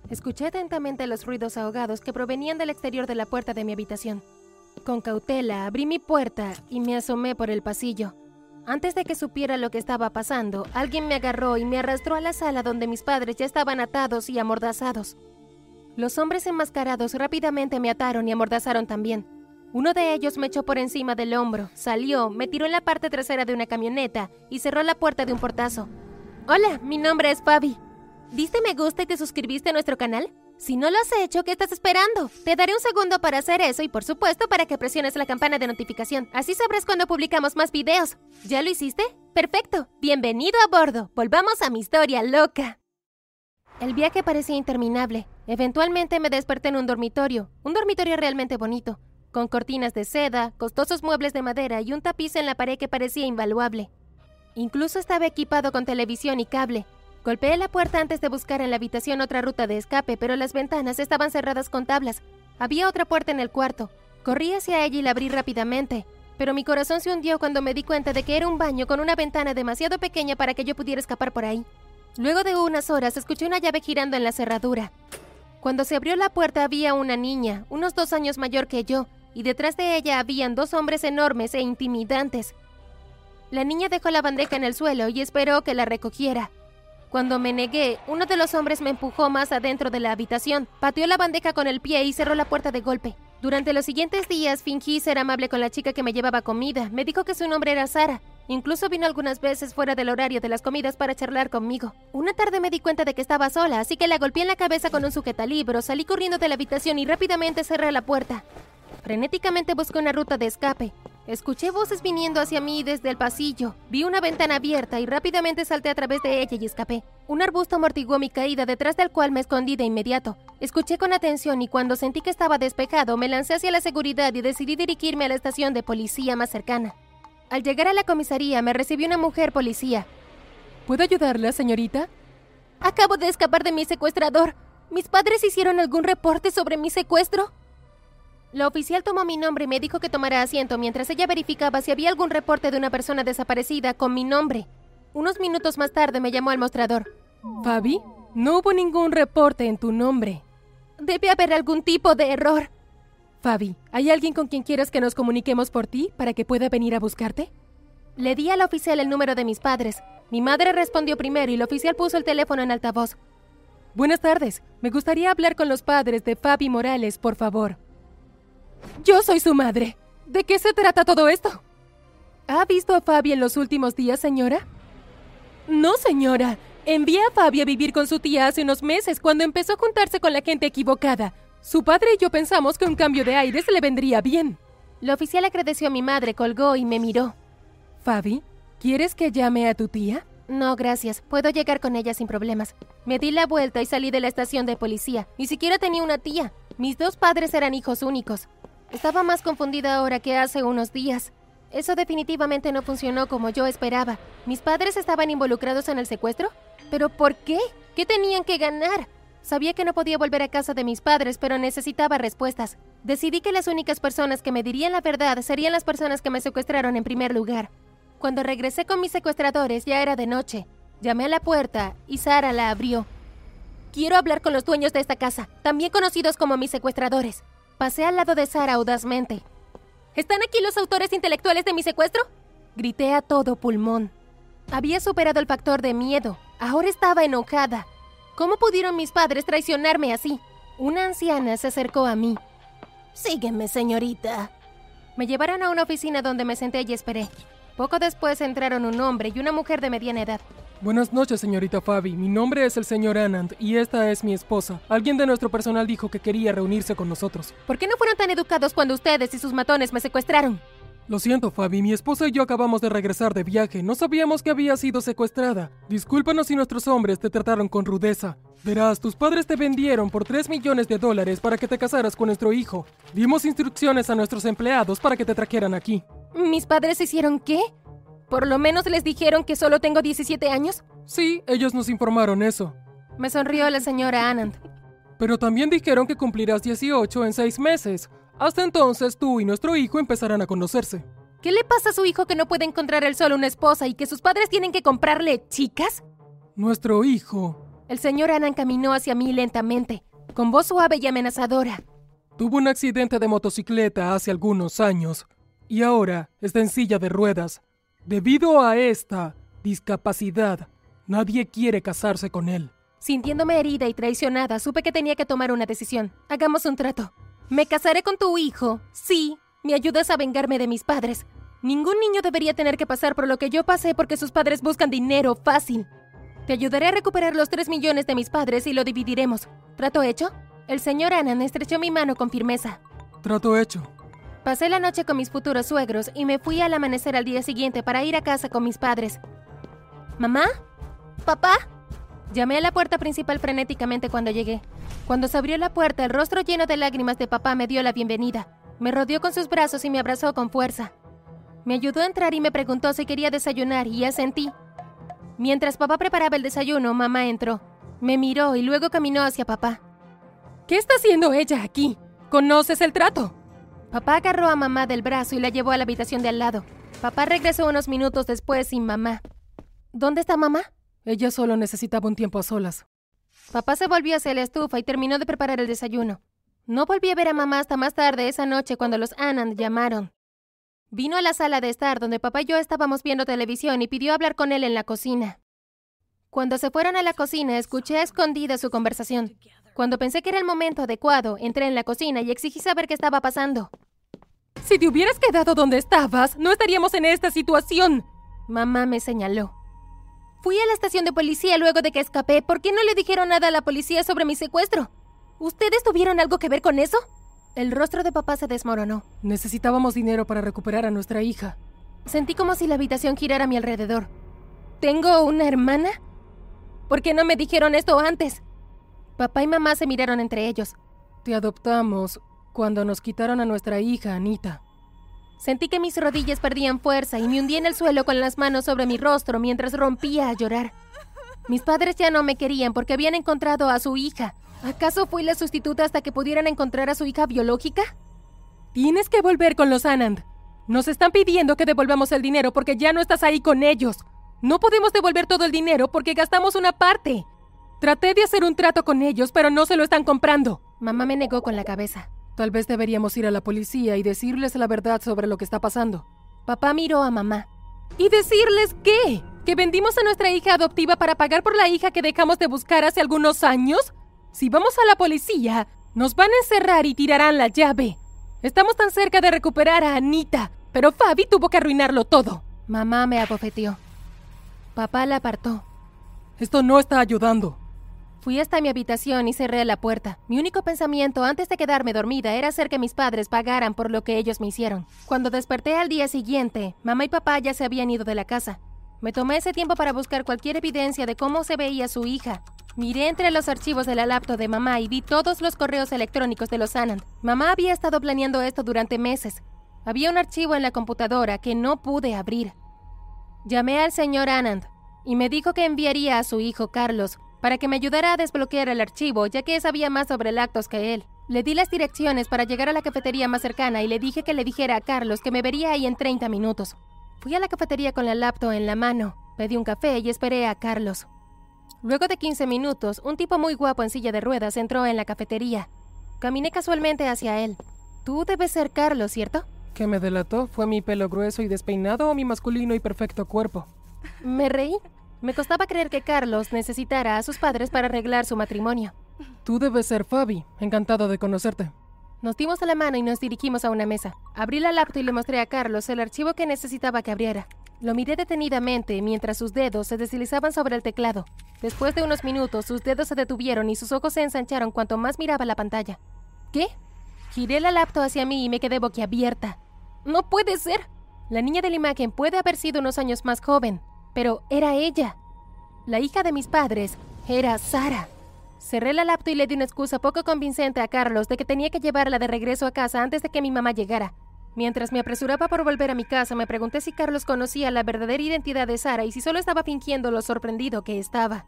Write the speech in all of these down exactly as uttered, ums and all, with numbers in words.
Escuché atentamente los ruidos ahogados que provenían del exterior de la puerta de mi habitación. Con cautela, abrí mi puerta y me asomé por el pasillo. Antes de que supiera lo que estaba pasando, alguien me agarró y me arrastró a la sala donde mis padres ya estaban atados y amordazados. Los hombres enmascarados rápidamente me ataron y amordazaron también. Uno de ellos me echó por encima del hombro, salió, me tiró en la parte trasera de una camioneta y cerró la puerta de un portazo. Hola, mi nombre es Fabi. ¿Diste me gusta y te suscribiste a nuestro canal? Si no lo has hecho, ¿qué estás esperando? Te daré un segundo para hacer eso y por supuesto para que presiones la campana de notificación. Así sabrás cuando publicamos más videos. ¿Ya lo hiciste? ¡Perfecto! Bienvenido a bordo. Volvamos a mi historia loca. El viaje parecía interminable. Eventualmente me desperté en un dormitorio. Un dormitorio realmente bonito, con cortinas de seda, costosos muebles de madera y un tapiz en la pared que parecía invaluable. Incluso estaba equipado con televisión y cable. Golpeé la puerta antes de buscar en la habitación otra ruta de escape, pero las ventanas estaban cerradas con tablas. Había otra puerta en el cuarto. Corrí hacia ella y la abrí rápidamente, pero mi corazón se hundió cuando me di cuenta de que era un baño con una ventana demasiado pequeña para que yo pudiera escapar por ahí. Luego de unas horas escuché una llave girando en la cerradura. Cuando se abrió la puerta había una niña, unos dos años mayor que yo, y detrás de ella habían dos hombres enormes e intimidantes. La niña dejó la bandeja en el suelo y esperó que la recogiera. Cuando me negué, uno de los hombres me empujó más adentro de la habitación, pateó la bandeja con el pie y cerró la puerta de golpe. Durante los siguientes días fingí ser amable con la chica que me llevaba comida. Me dijo que su nombre era Sara. Incluso vino algunas veces fuera del horario de las comidas para charlar conmigo. Una tarde me di cuenta de que estaba sola, así que la golpeé en la cabeza con un sujetalibro, salí corriendo de la habitación y rápidamente cerré la puerta. Frenéticamente busqué una ruta de escape. Escuché voces viniendo hacia mí desde el pasillo. Vi una ventana abierta y rápidamente salté a través de ella y escapé. Un arbusto amortiguó mi caída, detrás del cual me escondí de inmediato. Escuché con atención y cuando sentí que estaba despejado, me lancé hacia la seguridad y decidí dirigirme a la estación de policía más cercana. Al llegar a la comisaría, me recibió una mujer policía. ¿Puedo ayudarla, señorita? Acabo de escapar de mi secuestrador. ¿Mis padres hicieron algún reporte sobre mi secuestro? La oficial tomó mi nombre y me dijo que tomara asiento mientras ella verificaba si había algún reporte de una persona desaparecida con mi nombre. Unos minutos más tarde me llamó al mostrador. Fabi, no hubo ningún reporte en tu nombre. Debe haber algún tipo de error. Fabi, ¿hay alguien con quien quieras que nos comuniquemos por ti para que pueda venir a buscarte? Le di al oficial el número de mis padres. Mi madre respondió primero y el oficial puso el teléfono en altavoz. Buenas tardes. Me gustaría hablar con los padres de Fabi Morales, por favor. Yo soy su madre. ¿De qué se trata todo esto? ¿Ha visto a Fabi en los últimos días, señora? No, señora. Envié a Fabi a vivir con su tía hace unos meses cuando empezó a juntarse con la gente equivocada. Su padre y yo pensamos que un cambio de aires le vendría bien. La oficial agradeció a mi madre, colgó y me miró. Fabi, ¿quieres que llame a tu tía? No, gracias. Puedo llegar con ella sin problemas. Me di la vuelta y salí de la estación de policía. Ni siquiera tenía una tía. Mis dos padres eran hijos únicos. Estaba más confundida ahora que hace unos días. Eso definitivamente no funcionó como yo esperaba. ¿Mis padres estaban involucrados en el secuestro? ¿Pero por qué? ¿Qué tenían que ganar? Sabía que no podía volver a casa de mis padres, pero necesitaba respuestas. Decidí que las únicas personas que me dirían la verdad serían las personas que me secuestraron en primer lugar. Cuando regresé con mis secuestradores ya era de noche. Llamé a la puerta y Sara la abrió. Quiero hablar con los dueños de esta casa, también conocidos como mis secuestradores. Pasé al lado de Sara audazmente. ¿Están aquí los autores intelectuales de mi secuestro? Grité a todo pulmón. Había superado el factor de miedo. Ahora estaba enojada. ¿Cómo pudieron mis padres traicionarme así? Una anciana se acercó a mí. Sígueme, señorita. Me llevaron a una oficina donde me senté y esperé. Poco después entraron un hombre y una mujer de mediana edad. Buenas noches, señorita Fabi. Mi nombre es el señor Anand y esta es mi esposa. Alguien de nuestro personal dijo que quería reunirse con nosotros. ¿Por qué no fueron tan educados cuando ustedes y sus matones me secuestraron? Lo siento, Fabi. Mi esposa y yo acabamos de regresar de viaje. No sabíamos que había sido secuestrada. Discúlpanos si nuestros hombres te trataron con rudeza. Verás, tus padres te vendieron por tres millones de dólares para que te casaras con nuestro hijo. Dimos instrucciones a nuestros empleados para que te trajeran aquí. ¿Mis padres hicieron qué? ¿Por lo menos les dijeron que solo tengo diecisiete años? Sí, ellos nos informaron eso. Me sonrió la señora Anand. Pero también dijeron que cumplirás dieciocho en seis meses. Hasta entonces, tú y nuestro hijo empezarán a conocerse. ¿Qué le pasa a su hijo que no puede encontrar él solo una esposa y que sus padres tienen que comprarle chicas? Nuestro hijo El señor Anand caminó hacia mí lentamente, con voz suave y amenazadora. Tuvo un accidente de motocicleta hace algunos años y ahora está en silla de ruedas. Debido a esta discapacidad, nadie quiere casarse con él. Sintiéndome herida y traicionada, supe que tenía que tomar una decisión. Hagamos un trato. Me casaré con tu hijo, sí, me ayudas a vengarme de mis padres. Ningún niño debería tener que pasar por lo que yo pasé porque sus padres buscan dinero fácil. Te ayudaré a recuperar los tres millones de mis padres y lo dividiremos. ¿Trato hecho? El señor Anand estrechó mi mano con firmeza. Trato hecho. Pasé la noche con mis futuros suegros y me fui al amanecer al día siguiente para ir a casa con mis padres. ¿Mamá? ¿Papá? Llamé a la puerta principal frenéticamente cuando llegué. Cuando se abrió la puerta, el rostro lleno de lágrimas de papá me dio la bienvenida. Me rodeó con sus brazos y me abrazó con fuerza. Me ayudó a entrar y me preguntó si quería desayunar y asentí. Mientras papá preparaba el desayuno, mamá entró. Me miró y luego caminó hacia papá. ¿Qué está haciendo ella aquí? ¿Conoces el trato? Papá agarró a mamá del brazo y la llevó a la habitación de al lado. Papá regresó unos minutos después sin mamá. ¿Dónde está mamá? Ella solo necesitaba un tiempo a solas. Papá se volvió hacia la estufa y terminó de preparar el desayuno. No volví a ver a mamá hasta más tarde esa noche cuando los Anand llamaron. Vino a la sala de estar donde papá y yo estábamos viendo televisión y pidió hablar con él en la cocina. Cuando se fueron a la cocina, escuché a escondida su conversación. Cuando pensé que era el momento adecuado, entré en la cocina y exigí saber qué estaba pasando. Si te hubieras quedado donde estabas, no estaríamos en esta situación. Mamá me señaló. Fui a la estación de policía luego de que escapé. ¿Por qué no le dijeron nada a la policía sobre mi secuestro? ¿Ustedes tuvieron algo que ver con eso? El rostro de papá se desmoronó. Necesitábamos dinero para recuperar a nuestra hija. Sentí como si la habitación girara a mi alrededor. ¿Tengo una hermana? ¿Por qué no me dijeron esto antes? Papá y mamá se miraron entre ellos. Te adoptamos cuando nos quitaron a nuestra hija, Anita. Sentí que mis rodillas perdían fuerza y me hundí en el suelo con las manos sobre mi rostro mientras rompía a llorar. Mis padres ya no me querían porque habían encontrado a su hija. ¿Acaso fui la sustituta hasta que pudieran encontrar a su hija biológica? Tienes que volver con los Anand. Nos están pidiendo que devolvamos el dinero porque ya no estás ahí con ellos. No podemos devolver todo el dinero porque gastamos una parte. Traté de hacer un trato con ellos, pero no se lo están comprando. Mamá me negó con la cabeza. Tal vez deberíamos ir a la policía y decirles la verdad sobre lo que está pasando. Papá miró a mamá. ¿Y decirles qué? ¿Que vendimos a nuestra hija adoptiva para pagar por la hija que dejamos de buscar hace algunos años? Si vamos a la policía, nos van a encerrar y tirarán la llave. Estamos tan cerca de recuperar a Anita, pero Fabi tuvo que arruinarlo todo. Mamá me abofeteó. Papá la apartó. Esto no está ayudando. Fui hasta mi habitación y cerré la puerta. Mi único pensamiento antes de quedarme dormida era hacer que mis padres pagaran por lo que ellos me hicieron. Cuando desperté al día siguiente, mamá y papá ya se habían ido de la casa. Me tomé ese tiempo para buscar cualquier evidencia de cómo se veía su hija. Miré entre los archivos de la laptop de mamá y vi todos los correos electrónicos de los Anand. Mamá había estado planeando esto durante meses. Había un archivo en la computadora que no pude abrir. Llamé al señor Anand y me dijo que enviaría a su hijo Carlos para que me ayudara a desbloquear el archivo, ya que sabía más sobre el actos que él. Le di las direcciones para llegar a la cafetería más cercana y le dije que le dijera a Carlos que me vería ahí en treinta minutos. Fui a la cafetería con la laptop en la mano, pedí un café y esperé a Carlos. Luego de quince minutos, un tipo muy guapo en silla de ruedas entró en la cafetería. Caminé casualmente hacia él. Tú debes ser Carlos, ¿cierto? ¿Qué me delató? ¿Fue mi pelo grueso y despeinado o mi masculino y perfecto cuerpo? Me reí. Me costaba creer que Carlos necesitara a sus padres para arreglar su matrimonio. Tú debes ser Fabi. Encantado de conocerte. Nos dimos la mano y nos dirigimos a una mesa. Abrí la laptop y le mostré a Carlos el archivo que necesitaba que abriera. Lo miré detenidamente mientras sus dedos se deslizaban sobre el teclado. Después de unos minutos, sus dedos se detuvieron y sus ojos se ensancharon cuanto más miraba la pantalla. ¿Qué? Giré la laptop hacia mí y me quedé boquiabierta. ¡No puede ser! La niña de la imagen puede haber sido unos años más joven, pero era ella. La hija de mis padres era Sara. Cerré la laptop y le di una excusa poco convincente a Carlos de que tenía que llevarla de regreso a casa antes de que mi mamá llegara. Mientras me apresuraba por volver a mi casa, me pregunté si Carlos conocía la verdadera identidad de Sara y si solo estaba fingiendo lo sorprendido que estaba.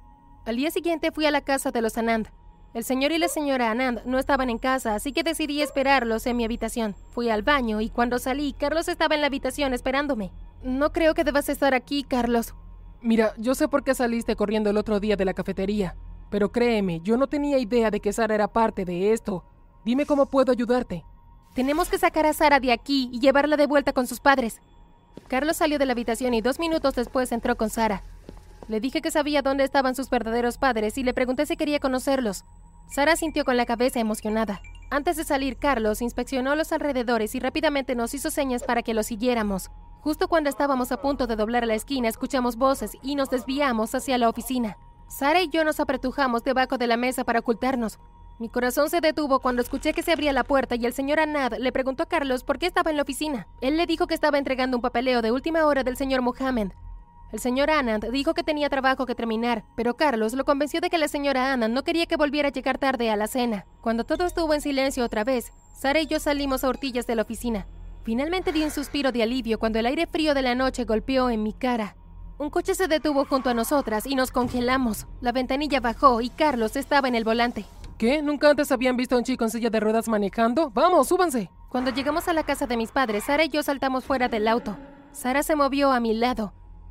Al día siguiente fui a la casa de los Anand. El señor y la señora Anand no estaban en casa, así que decidí esperarlos en mi habitación. Fui al baño y cuando salí, Carlos estaba en la habitación esperándome. No creo que debas estar aquí, Carlos. Mira, yo sé por qué saliste corriendo el otro día de la cafetería. Pero créeme, yo no tenía idea de que Sara era parte de esto. Dime cómo puedo ayudarte. Tenemos que sacar a Sara de aquí y llevarla de vuelta con sus padres. Carlos salió de la habitación y dos minutos después entró con Sara. Le dije que sabía dónde estaban sus verdaderos padres y le pregunté si quería conocerlos. Sara sintió con la cabeza emocionada. Antes de salir, Carlos inspeccionó los alrededores y rápidamente nos hizo señas para que lo siguiéramos. Justo cuando estábamos a punto de doblar la esquina, escuchamos voces y nos desviamos hacia la oficina. Sara y yo nos apretujamos debajo de la mesa para ocultarnos. Mi corazón se detuvo cuando escuché que se abría la puerta y el señor Anand le preguntó a Carlos por qué estaba en la oficina. Él le dijo que estaba entregando un papeleo de última hora del señor Mohammed. El señor Anand dijo que tenía trabajo que terminar, pero Carlos lo convenció de que la señora Anand no quería que volviera a llegar tarde a la cena. Cuando todo estuvo en silencio otra vez, Sara y yo salimos a hurtillas de la oficina. Finalmente di un suspiro de alivio cuando el aire frío de la noche golpeó en mi cara. Un coche se detuvo junto a nosotras y nos congelamos. La ventanilla bajó y Carlos estaba en el volante. ¿Qué? ¿Nunca antes habían visto a un chico en silla de ruedas manejando? ¡Vamos, súbanse! Cuando llegamos a la casa de mis padres, Sara y yo saltamos fuera del auto. Sara se movió a mi lado.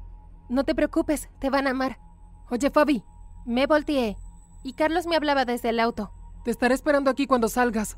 No te preocupes, te van a amar. Oye, Fabi. Me volteé y Carlos me hablaba desde el auto. Te estaré esperando aquí cuando salgas.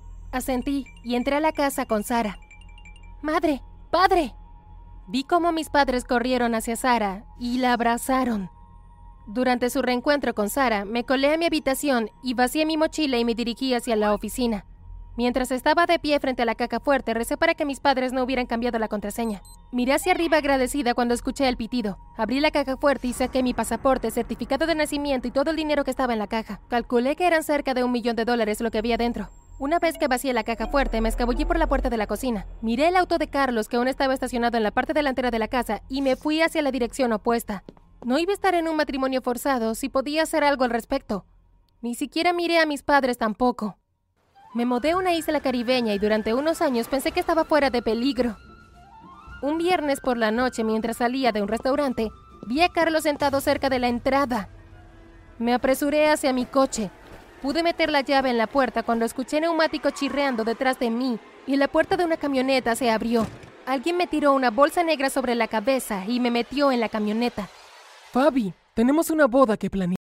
Asentí y entré a la casa con Sara. ¡Madre! ¡Padre! Vi cómo mis padres corrieron hacia Sara y la abrazaron. Durante su reencuentro con Sara, me colé a mi habitación y vacié mi mochila y me dirigí hacia la oficina. Mientras estaba de pie frente a la caja fuerte, recé para que mis padres no hubieran cambiado la contraseña. Miré hacia arriba agradecida cuando escuché el pitido. Abrí la caja fuerte y saqué mi pasaporte, certificado de nacimiento y todo el dinero que estaba en la caja. Calculé que eran cerca de un millón de dólares lo que había dentro. Una vez que vacié la caja fuerte, me escabullí por la puerta de la cocina. Miré el auto de Carlos que aún estaba estacionado en la parte delantera de la casa y me fui hacia la dirección opuesta. No iba a estar en un matrimonio forzado si podía hacer algo al respecto. Ni siquiera miré a mis padres tampoco. Me mudé a una isla caribeña y durante unos años pensé que estaba fuera de peligro. Un viernes por la noche, mientras salía de un restaurante, vi a Carlos sentado cerca de la entrada. Me apresuré hacia mi coche. Pude meter la llave en la puerta cuando escuché neumáticos chirreando detrás de mí y la puerta de una camioneta se abrió. Alguien me tiró una bolsa negra sobre la cabeza y me metió en la camioneta. Fabi, tenemos una boda que planear.